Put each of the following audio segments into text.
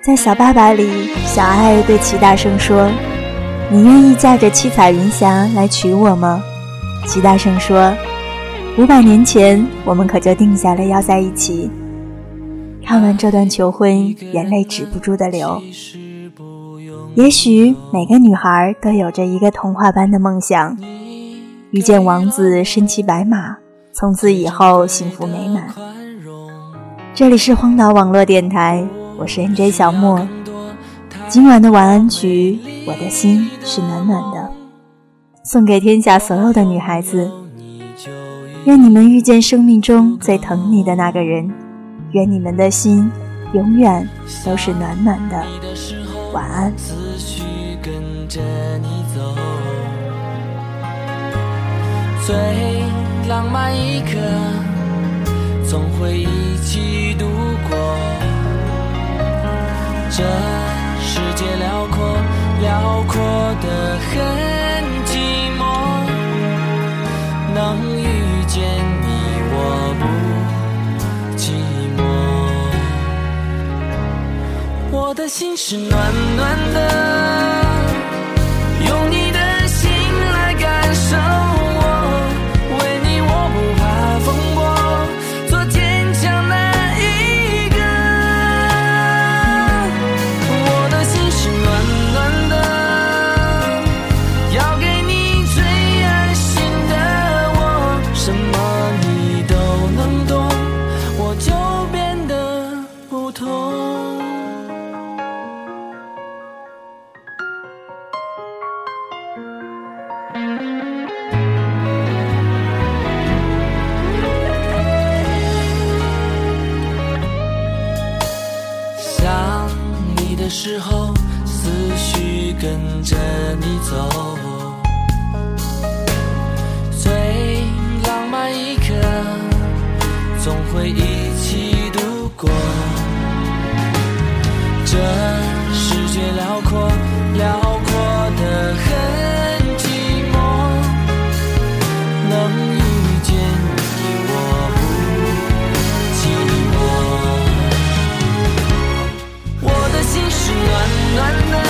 在小爸爸里，小爱对齐大圣说，你愿意驾着七彩云霞来娶我吗？齐大圣说，500年前我们可就定下了要在一起。看完这段求婚，眼泪止不住地流。也许每个女孩都有着一个童话般的梦想，遇见王子身骑白马，从此以后幸福美满。这里是荒岛网络电台，我是 NJ 小莫。今晚的晚安曲，我的心是暖暖的，送给天下所有的女孩子。愿你们遇见生命中最疼你的那个人，愿你们的心永远都是暖暖的。晚安。思绪跟着你走，最浪漫一刻总会一起度过。这世界辽阔，辽阔得很寂寞，能遇见你我不寂寞。我的心是暖暖的，用你的心来感受我，为你我不怕风波，做坚强那一个。我的心是暖暖的，要给你最安心的我，什么你都能懂，我就变得不同。的时候，思绪跟着你走，最浪漫一刻总会一起度过。这世界辽阔，辽阔得很寂寞，能遇见你我不寂寞。我的心是暖暖的，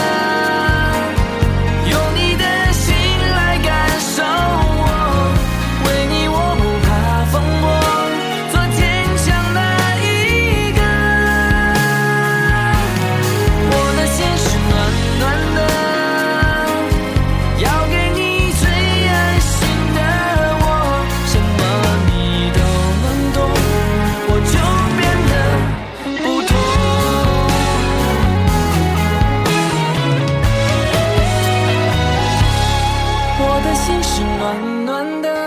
用你的心来感受我，为你我不怕风波，做坚强那一个。我的心是暖暖的，要给你最安心的我，什么你都能懂，我就变得不同。我的心是暖暖的，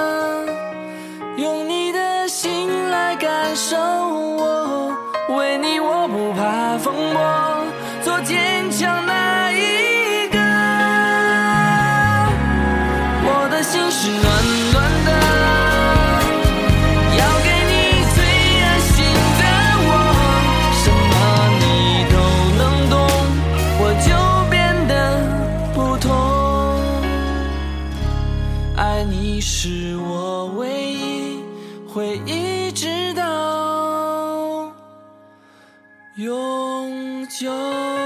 用你的心来感受我，为你我不怕风波，做坚强那一个。我的心是暖暖的，要给你最安心的我，什么你都能懂，我就变得不同。爱你是我唯一，会一直到永久。